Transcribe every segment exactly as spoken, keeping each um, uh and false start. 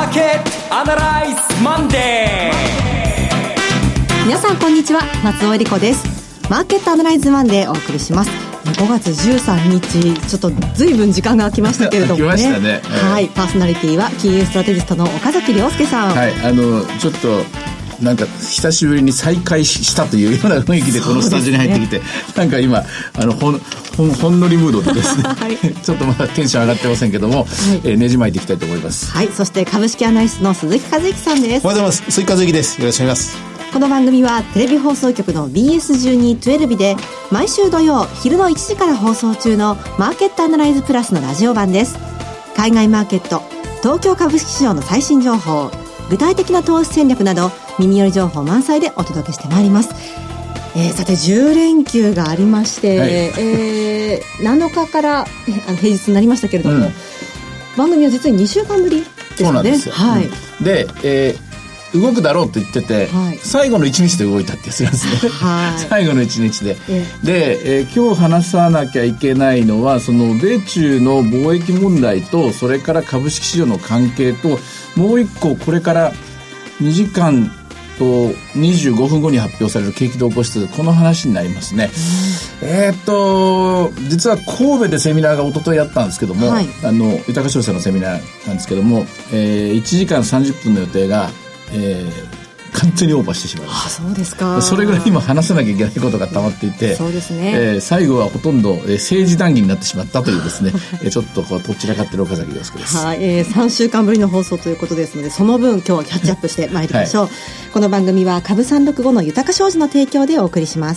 ーケットアナライズマンデー。 皆さんこんにちは、松尾恵理子です。マーケットアナライズマンデーお送りします。ごがつじゅうさんにち、ちょっとずいぶん時間が空きましたけれどもね。 空きましたね、 はい、パーソナリティは金融ストラテジストの岡崎亮介さん。 はい、あのちょっとなんか久しぶりに再会したというような雰囲気でこのスタジオに入ってきて、ね、なんか今あのほんほんほんのりムードでですね、はい、ちょっとまだテンション上がってませんけども、はい、えー、ねじ巻いていきたいと思います。 はい、そして株式アナリストの鈴木和之さんです。 おはようございます。鈴木和之です。よろしくお願いします。 この番組はテレビ放送局の ビーエスじゅうに じゅうにで毎週土曜昼のいちじから放送中のマーケットアナライズプラスのラジオ版です。海外マーケット、東京株式市場の最新情報、具体的な投資戦略など耳寄り情報満載でお届けしてまいります。えー、さてじゅうれんきゅうがありまして、はい、えー、なのかからあの平日になりましたけれども、うん、番組は実ににしゅうかんぶりですね。 そうなんですよ、はい、うん、で、えー動くだろうと言ってて、はい、最後のいちにちで動いたってやつなんですね、はい、最後のいちにちで、ええ、で、えー、今日話さなきゃいけないのはその米中の貿易問題とそれから株式市場の関係ともう一個これからにじかんとにじゅうごふんごに発表される景気動向指数、この話になりますね、うん、えー、っと実は神戸でセミナーが一昨日やったんですけども、はい、あの豊か商社のセミナーなんですけども、えー、いちじかんさんじゅっぷんの予定がえー、完全にオーバーしてしまいました。 あ、そうですか。 それぐらい今話さなきゃいけないことが溜まっていて、 そうですね、 えー、最後はほとんど、えー、政治談義になってしまったというですねえー、ちょっとこうどちらかってる岡崎亮介です。 はい、えー、さんしゅうかんぶりの放送ということですので、その分今日はキャッチアップしてまいりましょう、はい、この番組は株さんろくごの豊か商事の提供でお送りします。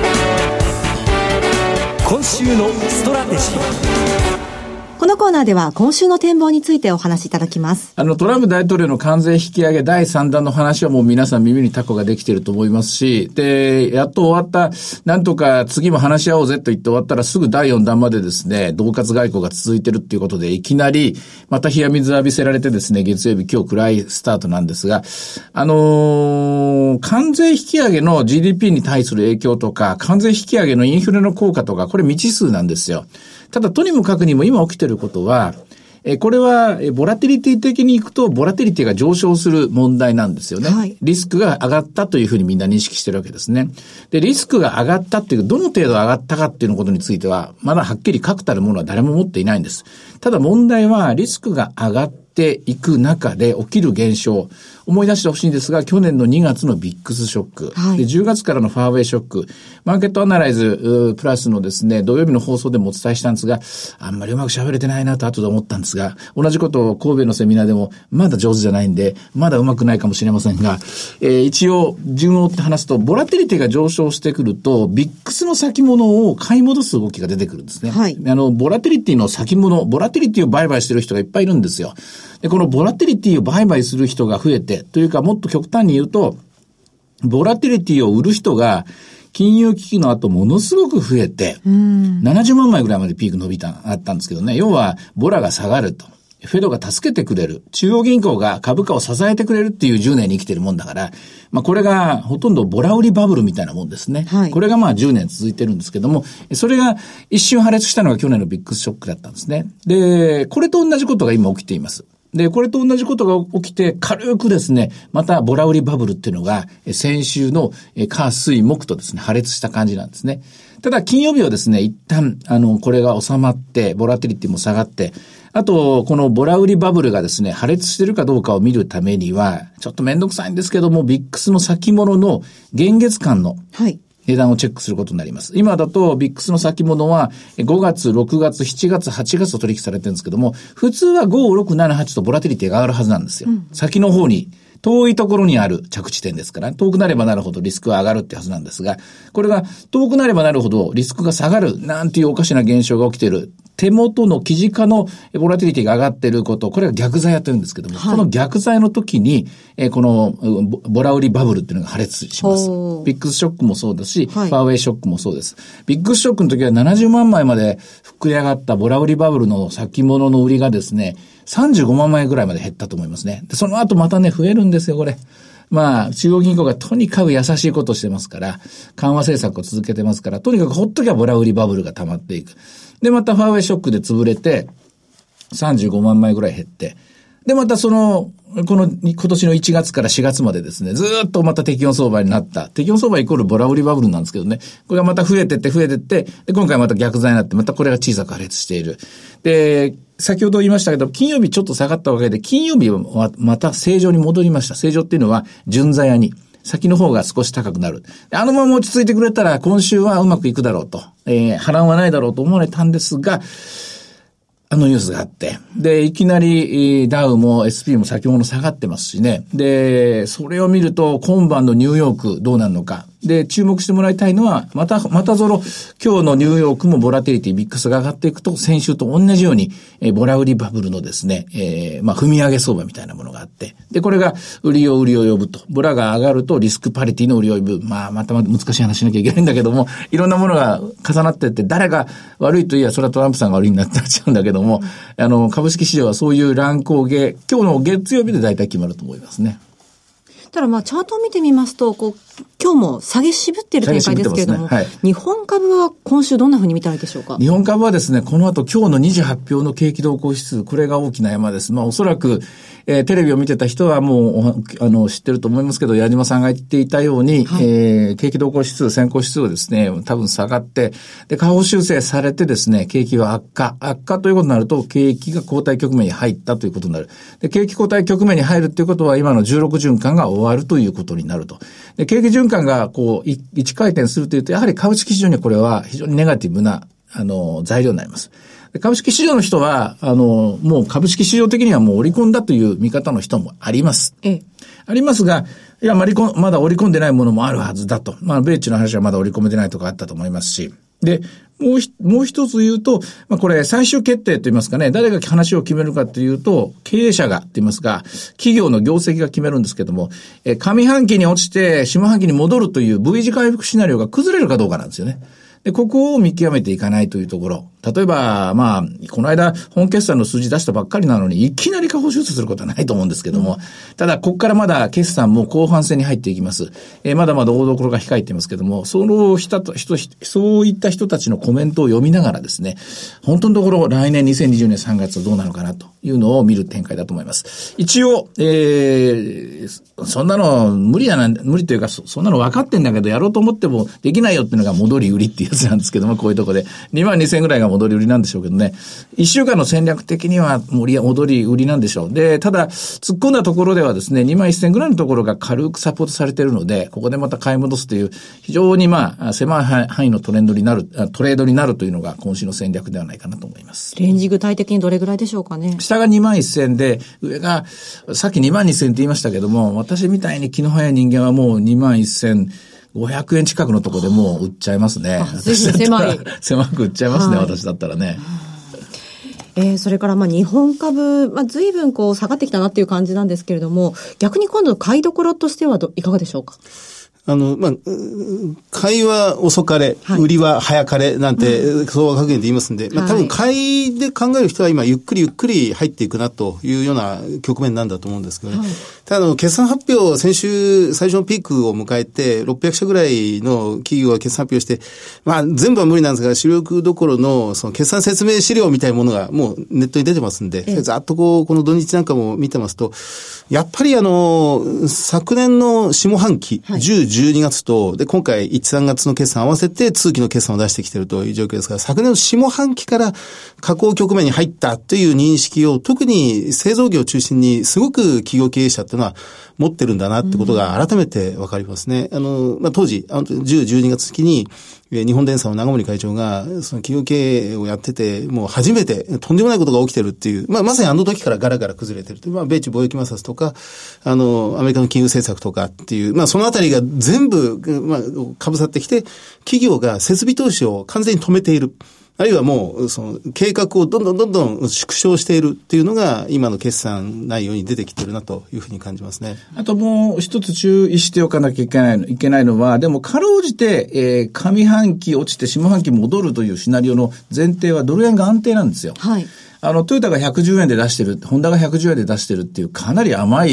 今週のストラテジー。 このコーナーでは今週の展望についてお話しいただきます。 あのトランプ大統領の関税引き上げだいさんだんの話はもう皆さん耳にタコができていると思いますし、でやっと終わった、なんとか次も話し合おうぜと言って終わったらすぐだいよんだんまでですね恫喝外交が続いているっていうことで、いきなりまた冷や水浴びせられてですね、月曜日今日暗いスタートなんですが、あのー、関税引き上げの ジーディーピー に対する影響とか関税引き上げのインフレの効果とか、これ未知数なんですよ。ただとにもかくにも今起きていることは、えこれはボラティリティ的にいくとボラティリティが上昇する問題なんですよね、はい、リスクが上がったというふうにみんな認識してるわけですね。でリスクが上がったっていう、どの程度上がったかっていうことについてはまだはっきり確たるものは誰も持っていないんです。ただ問題はリスクが上がっていく中で起きる現象、思い出してほしいんですが、去年のにがつのビックスショック、はい、でじゅうがつからのファーウェイショック、マーケットアナライズプラスのですね土曜日の放送でもお伝えしたんですが、あんまりうまく喋れてないなと後で思ったんですが、同じことを神戸のセミナーでもまだ上手じゃないんでまだうまくないかもしれませんが、えー、一応順を追って話すと、ボラティリティが上昇してくるとビックスの先物を買い戻す動きが出てくるんですね、はい、あのボラティリティの先物、ボラティリティを売買してる人がいっぱいいるんですよ。でこのボラティリティを売買する人が増えて、というかもっと極端に言うと、ボラティリティを売る人が金融危機の後ものすごく増えて、ななじゅうまんまいぐらいまでピーク伸びた、あったんですけどね。要は、ボラが下がると。フェドが助けてくれる。中央銀行が株価を支えてくれるっていうじゅうねんに生きてるもんだから、まあこれがほとんどボラ売りバブルみたいなもんですね。はい、これがまあじゅうねん続いてるんですけども、それが一瞬破裂したのが去年のビッグショックだったんですね。で、これと同じことが今起きています。で、これと同じことが起きて、軽くですね、またボラ売りバブルっていうのが、先週の火水木とですね、破裂した感じなんですね。ただ、金曜日はですね、一旦、あの、これが収まって、ボラティリティも下がって、あと、このボラ売りバブルがですね、破裂してるかどうかを見るためには、ちょっとめんどくさいんですけども、ビックスの先物の現月間の、はい。値段をチェックすることになります。今だとビックスの先物はごがつ、ろくがつ、しちがつ、はちがつと取引されてるんですけども、普通はご、ろく、なな、はちとボラティリティが上がるはずなんですよ。うん、先の方に、遠いところにある着地点ですから、遠くなればなるほどリスクは上がるってはずなんですが、これが遠くなればなるほどリスクが下がるなんていうおかしな現象が起きている。手元の記事価のボラティリティが上がっていること、これは逆剤やってるんですけども、はい、この逆剤の時に、えー、このボラ売りバブルっていうのが破裂します。ビッグスショックもそうだし、はい、ファーウェイショックもそうです。ビッグスショックの時はななじゅうまんまいまで膨れ上がったボラ売りバブルの先物の売りがですね、さんじゅうごまんまいぐらいまで減ったと思いますね。で、その後またね、増えるんですよ、これ。まあ、中央銀行がとにかく優しいことをしてますから、緩和政策を続けてますから、とにかくほっときゃボラ売りバブルが溜まっていく。で、またファーウェイショックで潰れて、さんじゅうごまんまいぐらい減って、 で、またその、この今年のいちがつからしがつまでですね、ずーっとまた適温相場になった。適温相場イコールボラ売りバブルなんですけどね。これがまた増えてって増えてって、で、今回また逆剤になって、またこれが小さく破裂している。で、先ほど言いましたけど、金曜日ちょっと下がったわけで、金曜日はまた正常に戻りました。正常っていうのは、順座屋に。先の方が少し高くなる。あのまま落ち着いてくれたら、今週はうまくいくだろうと。えー、波乱はないだろうと思われたんですが、あのニュースがあって。で、いきなりダウも エスピー も先ほど下がってますしね。で、それを見ると今晩のニューヨークどうなるのか。で、注目してもらいたいのは、また、またぞろ、今日のニューヨークもボラティリティ、ビックスが上がっていくと、先週と同じように、えー、ボラ売りバブルのですね、えー、まあ、踏み上げ相場みたいなものがあって、で、これが、売りを売りを呼ぶと。ボラが上がると、リスクパリティの売りを呼ぶ。まあ、またまた難しい話しなきゃいけないんだけども、いろんなものが重なっていって、誰が悪いと言えば、それはトランプさんが悪いになっちゃうんだけども、あの、株式市場はそういう乱高下、今日の月曜日で大体決まると思いますね。 ただまあチャートを見てみますと、こう、今日も下げ渋っている展開ですけれども、ねはい、日本株は今週どんな風に見たらいいでしょうか。 日本株はですね、この後今日のにじ発表の景気動向指数、これが大きな山です。まあおそらく、えー、テレビを見てた人はもう、あの、知ってると思いますけど、矢島さんが言っていたように、はい、えー、景気動向指数、先行指数はですね、多分下がって、で、下方修正されてですね、景気は悪化。悪化ということになると、景気が後退局面に入ったということになる。で、景気後退局面に入るということは、今のじゅうろく循環が終わるということになると。で、景気循環がこう、一回転するというと、やはり株式市場にこれは非常にネガティブな、あの、材料になります。株式市場の人は、あの、もう株式市場的にはもう織り込んだという見方の人もあります。ええ、ありますが、いや、まりこ、まだ織り込んでないものもあるはずだと。まあ、米中の話はまだ織り込めてないとかあったと思いますし。で、もうひ、もう一つ言うと、まあ、これ最終決定と言いますかね、誰が話を決めるかというと、経営者がと言いますか、企業の業績が決めるんですけども、え、上半期に落ちて下半期に戻るという V 字回復シナリオが崩れるかどうかなんですよね。で、ここを見極めていかないというところ。例えば、まあ、この間、本決算の数字出したばっかりなのに、いきなり下方修正することはないと思うんですけども、うん、ただ、ここからまだ決算も後半戦に入っていきます。えー、まだまだ大所が控えていますけども、その人と、人、そういった人たちのコメントを読みながらですね、本当のところ、来年にせんにじゅうねんさんがつはどうなのかなというのを見る展開だと思います。一応、えー、そんなの無理やな、無理というか、そ、そんなの分かってんだけど、やろうと思ってもできないよっていうのが戻り売りっていうやつなんですけども、こういうとこで。にまんにせんぐらいが戻り売りなんでしょうけどね。一週間の戦略的には戻り売りなんでしょう。で、ただ、突っ込んだところではですね、にまんせんぐらいのところが軽くサポートされているので、ここでまた買い戻すという、非常にまあ、狭い範囲のトレンドになる、トレードになるというのが今週の戦略ではないかなと思います。 レンジ具体的にどれぐらいでしょうかね。 下がにまんせんで、上が、さっきにまんにせんって言いましたけども、私みたいに気の早い人間はもうにまんせんごひゃくえん近くのところでもう売っちゃいますね。 狭い。 狭く売っちゃいますね、はい、私だったらね。 えー、それからまあ日本株、まあ随分こう下がってきたなっていう感じなんですけれども、逆に今度買いどころとしてはどいかがでしょうか。 あの、まあ、買いは遅かれ、はい、売りは早かれなんて、うん、相場格言で言いますんで、まあ、多分買いで考える人は今ゆっくりゆっくり入っていくなというような局面なんだと思うんですけどね。はい、ただ、決算発表、先週最初のピークを迎えて、ろっぴゃくしゃぐらいの企業が決算発表して、まあ、全部は無理なんですが、主力どころの、その決算説明資料みたいなものがもうネットに出てますんで、ざっとこう、この土日なんかも見てますと、やっぱりあの、昨年の下半期、はい、じゅう、じゅうにがつと、で、今回いち、さんがつの決算合わせて通期の決算を出してきているという状況ですから、昨年の下半期から下降局面に入ったという認識を、特に製造業を中心にすごく企業経営者っていうのは持ってるんだなってことが改めてわかりますね。うん、あの、まあ、当時、あの、じゅう、じゅうにがつ期に、日本電産の長森会長が、その企業経営をやってて、もう初めてとんでもないことが起きてるっていう、まあ、まさにあの時からガラガラ崩れてるという、まあ、米中貿易摩擦とか、あの、アメリカの金融政策とかっていう、まあ、そのあたりが全部、まあ、被さってきて、企業が設備投資を完全に止めている。あるいはもう、その、計画をどんどんどんどん縮小しているっていうのが、今の決算内容に出てきてるなというふうに感じますね。 あともう一つ注意しておかなきゃいけないの、いけないのは、でも、かろうじて、えー、上半期落ちて下半期戻るというシナリオの前提はドル円が安定なんですよ。はい。あの、トヨタがひゃくじゅうえんで出してる、ホンダがひゃくじゅうえんで出してるっていうかなり甘い、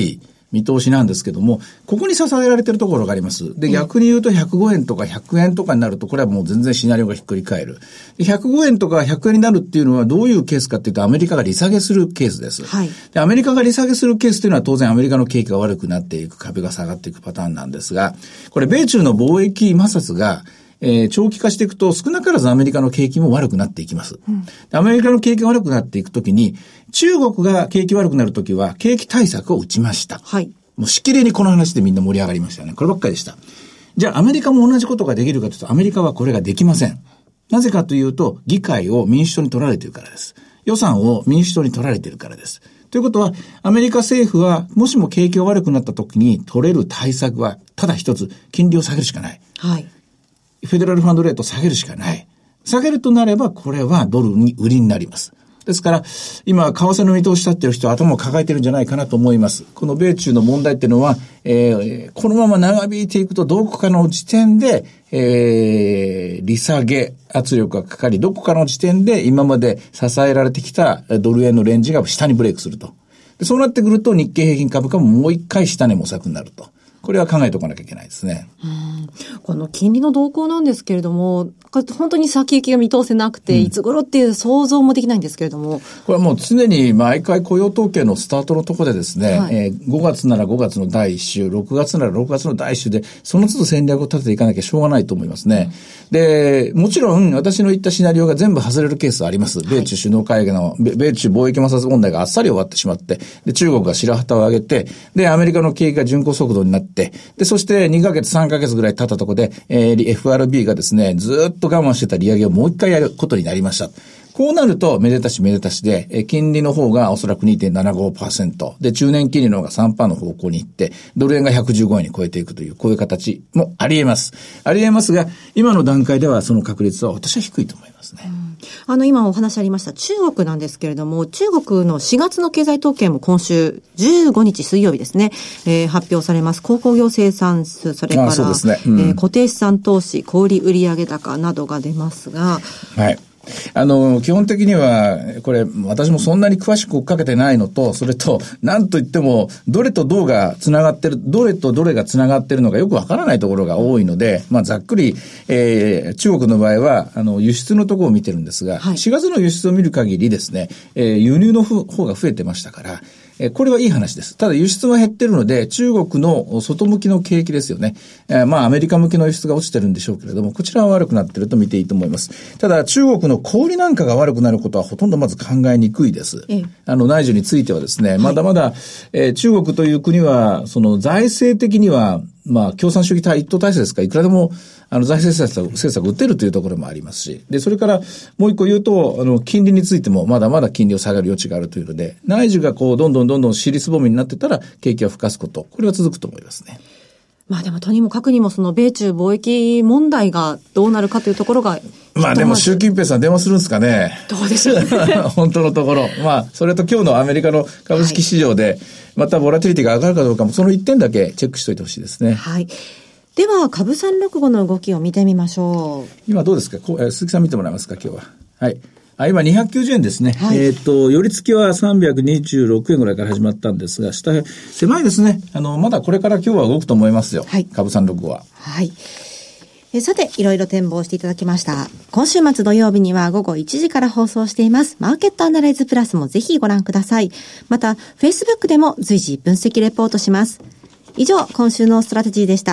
見通しなんですけども、ここに支えられているところがあります。で、逆に言うとひゃくごえんとかひゃくえんとかになると、これはもう全然シナリオがひっくり返る。で、ひゃくごえんとかひゃくえんになるっていうのはどういうケースかっていうと、アメリカが利下げするケースです。 はい。 で、アメリカが利下げするケースっていうのは当然アメリカの景気が悪くなっていく、株が下がっていくパターンなんですが、これ米中の貿易摩擦がえー、長期化していくと少なからずアメリカの景気も悪くなっていきます。うん、アメリカの景気が悪くなっていくときに、中国が景気悪くなるときは景気対策を打ちました。 はい。 もうしきりにこの話でみんな盛り上がりましたよね。こればっかりでした。じゃあアメリカも同じことができるかというと、アメリカはこれができません。なぜかというと、議会を民主党に取られているからです。予算を民主党に取られているからです。ということは、アメリカ政府はもしも景気が悪くなったときに取れる対策はただ一つ、金利を下げるしかない。 はい。 フェデラルファンドレートを下げるしかない。下げるとなれば、これはドルに売りになります。ですから、今、為替の見通し立っている人は頭を抱えているんじゃないかなと思います。この米中の問題っていうのは、えー、このまま長引いていくと、どこかの時点で、えー、利下げ圧力がかかり、どこかの時点で今まで支えられてきたドル円のレンジが下にブレイクすると。でそうなってくると、日経平均株価ももう一回下値模索になると。これは考えておかなきゃいけないですね。 うんこの金利の動向なんですけれども、本当に先行きが見通せなくて、うん、いつ頃っていう想像もできないんですけれども。 これはもう常に毎回雇用統計のスタートのところでですね、はいえー、ごがつならごがつのだいいっ週、ろくがつならろくがつのだいいっ週で、その都度戦略を立てていかなきゃしょうがないと思いますね。うん、で、もちろん私の言ったシナリオが全部外れるケースはあります。米中首脳会議の、米, 米中貿易摩擦問題があっさり終わってしまって、で、中国が白旗を上げて、で、アメリカの景気が巡航速度になって、で、そしてにかげつ、さんかげつぐらい経ったところで、えー、エフアールビー がですね、ずっと我慢してた利上げをもう一回やることになりました。こうなると、めでたしめでたしで、え金利の方がおそらく にてんななごパーセント。で、中年金利の方が さんパーセント の方向に行って、ドル円がひゃくじゅうごえんに超えていくという、こういう形もあり得ます。あり得ますが、今の段階ではその確率は私は低いと思いますね。うんあの、今お話ありました中国なんですけれども、中国のしがつの経済統計も今週じゅうごにち水曜日ですね、えー、発表されます。鉱工業生産数、それから、 そうですねうんえー、固定資産投資、小売売上高などが出ますが、 はい。あの、基本的には、これ、私もそんなに詳しく追っかけてないのと、それと、なんといっても、どれとどうが繋がってる、どれとどれが繋がってるのかよくわからないところが多いので、まあ、ざっくり、えー、中国の場合は、あの、輸出のところを見てるんですが、はい、しがつの輸出を見る限りですね、えー、輸入の方が増えてましたから、これはいい話です。ただ輸出は減ってるので、中国の外向きの景気ですよね。えー、まあアメリカ向けの輸出が落ちてるんでしょうけれども、こちらは悪くなってると見ていいと思います。ただ中国の小売なんかが悪くなることはほとんどまず考えにくいです。ええ、あの内需についてはですね、まだまだ、はいえー、中国という国は、その財政的には、まあ共産主義体一党体制ですから、いくらでもあの財政政策、政策を打てるというところもありますし、で、それからもう一個言うと、あの、金利についてもまだまだ金利を下げる余地があるというので、内需がこう、どんどんどんどん尻すぼみになってたら、景気を吹かすこと、これは続くと思いますね。 まあでもとにもかくにもその米中貿易問題がどうなるかというところが。 まあでも習近平さん電話するんですかね。 どうでしょうね。 本当のところ。まあ、それと今日のアメリカの株式市場で、またボラティリティが上がるかどうかも、その一点だけチェックしておいてほしいですね。 はい。では、株さんろくごの動きを見てみましょう。 今どうですかこう、えー、鈴木さん見てもらえますか今日は。はい。あ、今にひゃくきゅうじゅうえんですね。はい、えっ、ー、と、寄り付きはさんびゃくにじゅうろくえんぐらいから始まったんですが、下へ狭いですね。あの、まだこれから今日は動くと思いますよ。はい。株さんろくごは。 はい。えさて、いろいろ展望していただきました。今週末土曜日には午後いちじから放送しています。マーケットアナライズプラスもぜひご覧ください。また、Facebook でも随時分析レポートします。以上、今週のストラテジーでした。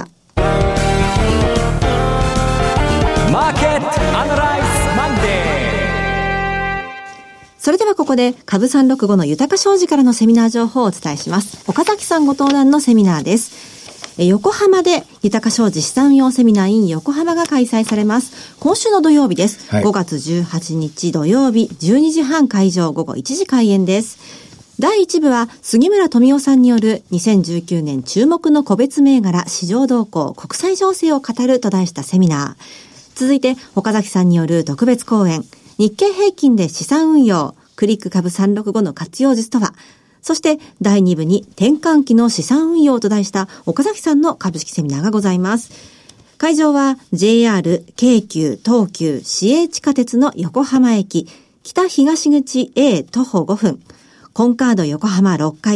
マーケットアナライズマンデー。 それではここで株さんろくごの豊か商事からのセミナー情報をお伝えします。岡崎さんご登壇のセミナーです。横浜で豊か商事資産運用セミナー in 横浜が開催されます。今週の土曜日です。はい、ごがつじゅうはちにち土曜日じゅうにじはん会場、午後いちじ開演です。だいいち部は杉村富夫さんによるにせんじゅうきゅうねん注目の個別銘柄市場動向国際情勢を語ると題したセミナー。続いて岡崎さんによる特別講演、日経平均で資産運用クリック株さんろくごの活用術とは。そしてだいに部に転換期の資産運用と題した岡崎さんの株式セミナーがございます。会場は ジェイアール、京急、東急、市営地下鉄の横浜駅、北東口 A 徒歩ごふん、コンカード横浜ろっかい、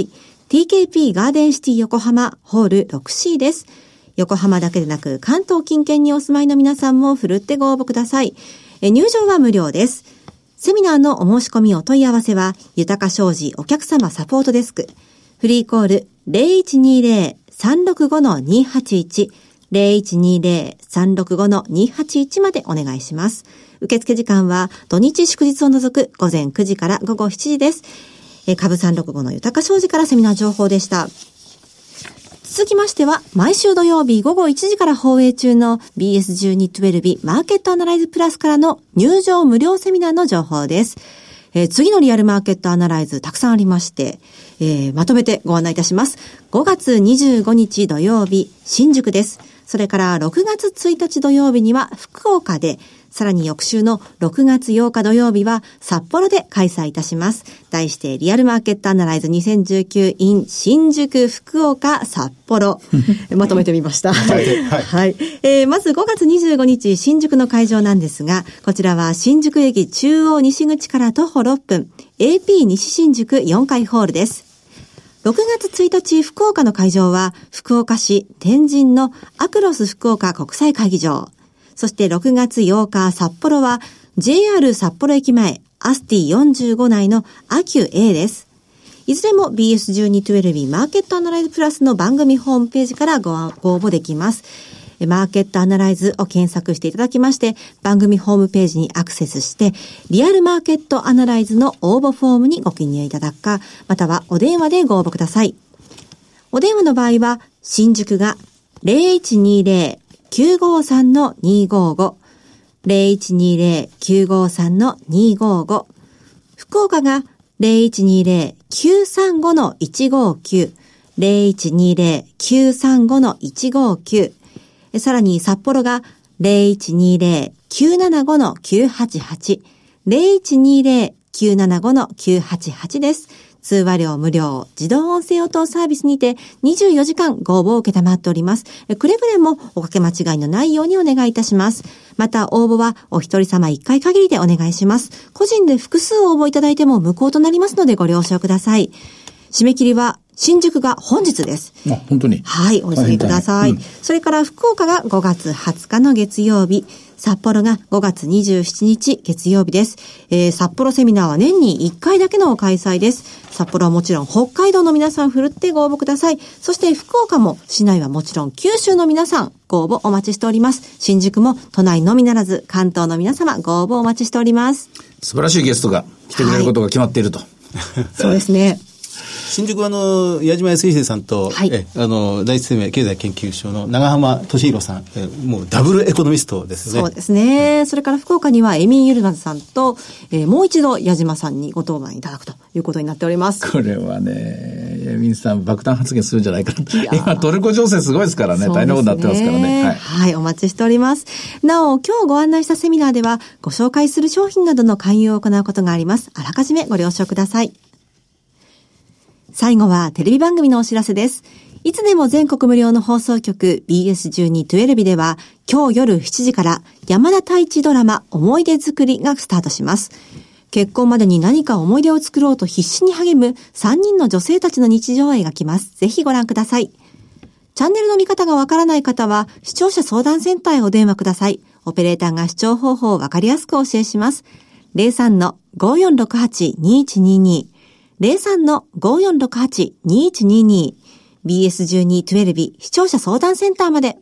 ティーケーピー ガーデンシティ横浜ホール ろくシー です。横浜だけでなく関東近県にお住まいの皆さんもふるってご応募ください。え入場は無料です。セミナーのお申し込みお問い合わせは豊か商事お客様サポートデスク。フリーコール ゼロいちにゼロ さんろくご にはちいち ゼロいちにゼロ さんろくご にはちいちまでお願いします。受付時間は土日祝日を除く午前くじから午後しちじです。え株さんろくごの豊か商事からセミナー情報でした。続きましては、毎週土曜日午後いちじから放映中の ビーエスじゅうにじゅうに マーケットアナライズプラスからの入場無料セミナーの情報です。えー、次のリアルマーケットアナライズたくさんありまして、えー、まとめてご案内いたします。ごがつにじゅうごにち土曜日、新宿です。それからろくがつついたち土曜日には福岡で、さらに翌週のろくがつようか土曜日は札幌で開催いたします。題してリアルマーケットアナライズにせんじゅうきゅう in 新宿、福岡、札幌。まとめてみました。はい。はいはい、えー。まずごがつにじゅうごにち新宿の会場なんですが、こちらは新宿駅中央西口から徒歩ろっぷん、エーピー 西新宿よんかいホールです。ろくがつついたち福岡の会場は福岡市天神のアクロス福岡国際会議場。そしてろくがつようか札幌は ジェイアール 札幌駅前アスティよんじゅうご内のアキュ A です。いずれも ビーエスじゅうにじゅうに マーケットアナライズプラスの番組ホームページからご応募できます。マーケットアナライズを検索していただきまして番組ホームページにアクセスしてリアルマーケットアナライズの応募フォームにご記入いただくかまたはお電話でご応募ください。お電話の場合は新宿が ゼロいちにゼロ きゅうごさん にごご ゼロいちにゼロ きゅうごさん にごご 福岡が ゼロいちにゼロ きゅうさんご いちごきゅう ゼロいちにゼロ きゅうさんご いちごきゅうさらに札幌が ゼロいちにゼロ きゅうななご きゅうはちはち ゼロいちにゼロ きゅうななご きゅうはちはちです。通話料無料、自動音声応答サービスにてにじゅうよじかんご応募を受けたまっております。くれぐれもおかけ間違いのないようにお願いいたします。また応募はお一人様一回限りでお願いします。個人で複数応募いただいても無効となりますのでご了承ください。締め切りは新宿が本日です。 あ、本当に。 はい、お急ぎください。うん、それから福岡がごがつはつかの月曜日、札幌がごがつにじゅうしちにち月曜日です。えー、札幌セミナーは年にいっかいだけの開催です。札幌はもちろん北海道の皆さんふるってご応募ください。そして福岡も市内はもちろん九州の皆さんご応募お待ちしております。新宿も都内のみならず関東の皆様ご応募お待ちしております。 素晴らしいゲストが来てくれることが決まっていると。はい、 そうですね。 新宿はあの矢島康秀さんと、はい、えあの第一生命経済研究所の長浜俊弘さん、えもうダブルエコノミストですね。 そうですね、うん、それから福岡にはエミン・ユルナズさんと、えー、もう一度矢島さんにご登壇いただくということになっております。 これはねエミンさん爆弾発言するんじゃないかな。今トルコ情勢すごいですからね、大変なことになってますからね。はい、 はい、お待ちしております。なお今日ご案内したセミナーではご紹介する商品などの勧誘を行うことがあります。あらかじめご了承ください。最後はテレビ番組のお知らせです。いつでも全国無料の放送局 ビーエスじゅうにじゅうに では今日夜しちじから山田太一ドラマ思い出作りがスタートします。結婚までに何か思い出を作ろうと必死に励むさんにんの女性たちの日常を描きます。ぜひご覧ください。チャンネルの見方がわからない方は視聴者相談センターへお電話ください。オペレーターが視聴方法をわかりやすくお教えします。ゼロさんのごよんろくはちにいちににゼロさんのごよんろくはちにいちにに ビーエスじゅうにじゅうに 視聴者相談センターまで。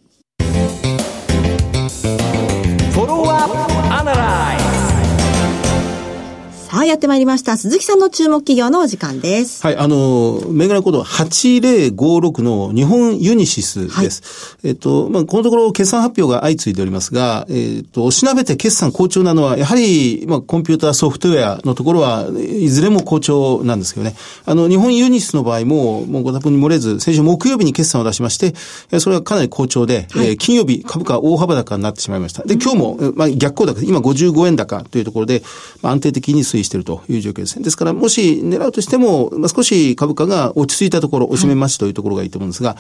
フォローアップアナライズ。 さあやってまいりました。鈴木さんの注目企業のお時間です。 はい、あの、銘柄コードはちぜろごろくの日本ユニシスです。はい、えっと、まあ、このところ決算発表が相次いでおりますが、えっと、おしなべて決算好調なのは、やはり、まあ、コンピューターソフトウェアのところはいずれも好調なんですけどね。あの、日本ユニシスの場合も、もうご多分に漏れず、先週木曜日に決算を出しまして、それはかなり好調で、はい、えー、金曜日株価大幅高になってしまいました。で、今日も、まあ、逆行高、今ごじゅうごえん高というところで、まあ、安定的に推推移しているという状況ですね。ですから、もし狙うとしても、まあ、少し株価が落ち着いたところ、おしめ待ちというところがいいと思うんですが、はい、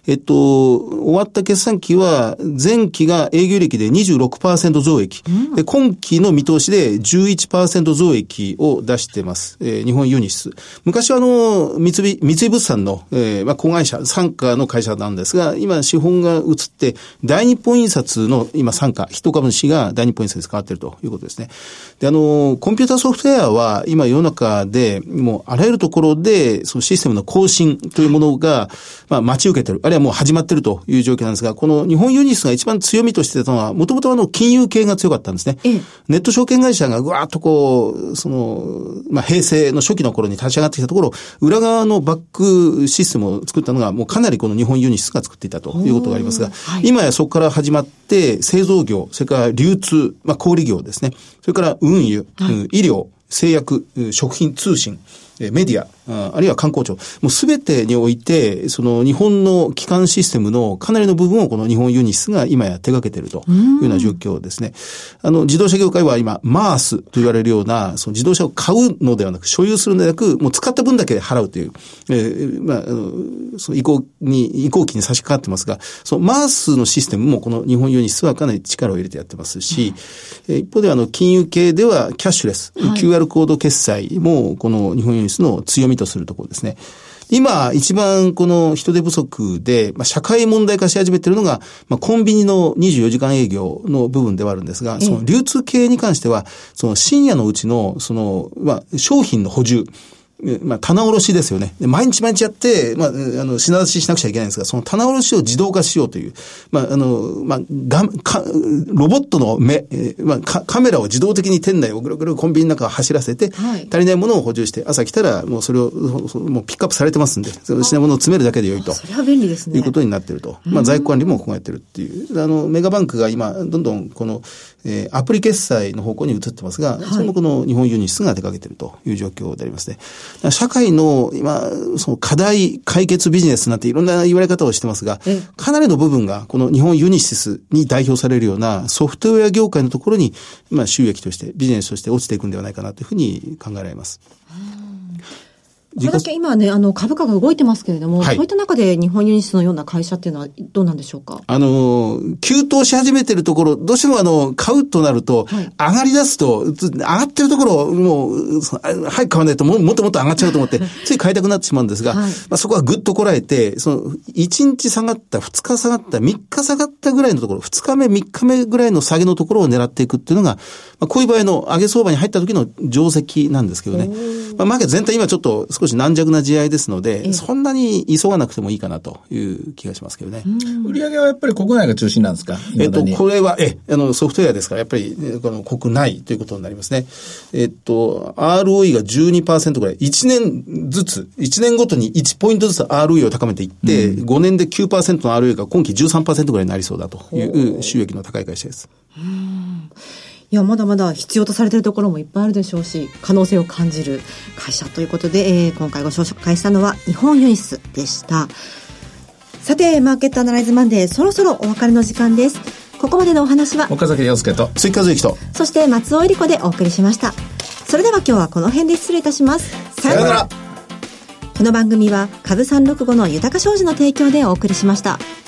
えっと、終わった決算期は、前期が営業利益で にじゅうろくパーセント 増益、うん、で今期の見通しで じゅういちパーセント 増益を出しています。えー、日本ユニシス。昔はあの、三井、三井物産の、えー、まあ、子会社、傘下の会社なんですが、今資本が移って、大日本印刷の今傘下、一株主が大日本印刷に変わっているということですね。で、あの、コンピューターソフトウェアは今世の中でもうあらゆるところでそのシステムの更新というものが、まあ、待ち受けている、あるいはもう始まっているという状況なんですが、この日本ユニシスが一番強みとしてたのは、もともとあの、金融系が強かったんですね。ええ、ネット証券会社がぐわーっとこう、その、まあ、平成の初期の頃に立ち上がってきたところ、裏側のバックシステムを作ったのがもうかなりこの日本ユニシスが作っていたということがありますが、はい、今やそこから始まって製造業、それから流通、まあ、小売業ですね。それから運輸、はい、医療、製薬、食品、通信、メディア、あるいは観光庁、もうすべてにおいて、その日本の基幹システムのかなりの部分をこの日本ユニシスが今や手掛けているというような状況ですね。あの、自動車業界は今、マースと言われるような、その自動車を買うのではなく、所有するのではなく、もう使った分だけ払うという、えー、まあ、あの、その移行に、移行期に差し掛かってますが、そのマースのシステムもこの日本ユニシスはかなり力を入れてやってますし、うん、一方であの、金融系ではキャッシュレス、はい、キューアール コード決済もこの日本ユニシスの強みとするところですね。今、一番この人手不足で、まあ、社会問題化し始めているのが、まあ、コンビニのにじゅうよじかん営業の部分ではあるんですが、その流通系に関しては、その深夜のうちの、その、まあ、商品の補充、まあ、棚卸しですよね。毎日毎日やって、まあ、あの、品出ししなくちゃいけないんですが、その棚卸しを自動化しようという、まあ、あの、まあ、が、か、ロボットの目、えー、まあ、カメラを自動的に店内をぐるぐるコンビニの中を走らせて、はい、足りないものを補充して、朝来たらもうそれを、もうピックアップされてますんで、その品物を詰めるだけで良いと。 それは便利ですね。 いうことになっていると。まあ、在庫管理もここがやってるっていう。あの、メガバンクが今、どんどんこの、えー、アプリ決済の方向に移ってますが、はい、それもこの日本ユニシスが手掛けているという状況でありますね。社会の今、その課題解決ビジネスなんていろんな言われ方をしてますが、かなりの部分がこの日本ユニシスに代表されるようなソフトウェア業界のところに、まあ収益としてビジネスとして落ちていくんではないかなというふうに考えられます。 これだけ今ね、あの、株価が動いてますけれども、はい、そういった中で日本ユニシスのような会社っていうのはどうなんでしょうか？ あの、急騰し始めてるところ、どうしてもあの、買うとなると、はい、上がり出すと、上がってるところをもう、早く買わないとも、もっともっと上がっちゃうと思って、つい買いたくなってしまうんですが、はい、まあ、そこはぐっとこらえて、その、いちにち下がった、ふつか下がった、みっか下がったぐらいのところ、ふつかめ、みっかめぐらいの下げのところを狙っていくっていうのが、まあ、こういう場合の上げ相場に入った時の定石なんですけどね。まあ、マーケット全体今ちょっと少し軟弱な試合ですので、ええ、そんなに急がなくてもいいかなという気がしますけどね。 売上はやっぱり国内が中心なんですか？ えっと、これは、え、あの、ソフトウェアですから、やっぱり、この国内ということになりますね。えっと、アールオーイー が じゅうにパーセント ぐらい、いちねんずつ、いちねんごとにいちポイントずつ アールオーイー を高めていって、うん、ごねんで きゅうパーセント の アールオーイー が今期 じゅうさんパーセント ぐらいになりそうだという収益の高い会社です。 うんいや、まだまだ必要とされているところもいっぱいあるでしょうし、可能性を感じる会社ということで、えー、今回ご紹介したのは日本ユニシスでした。さて、マーケットアナライズマンデー、そろそろお別れの時間です。ここまでのお話は岡崎亮介と鈴木和之と、 そして松尾恵理子でお送りしました。それでは今日はこの辺で失礼いたします。 さようなら。 この番組は株さんろくごの豊か商事の提供でお送りしました。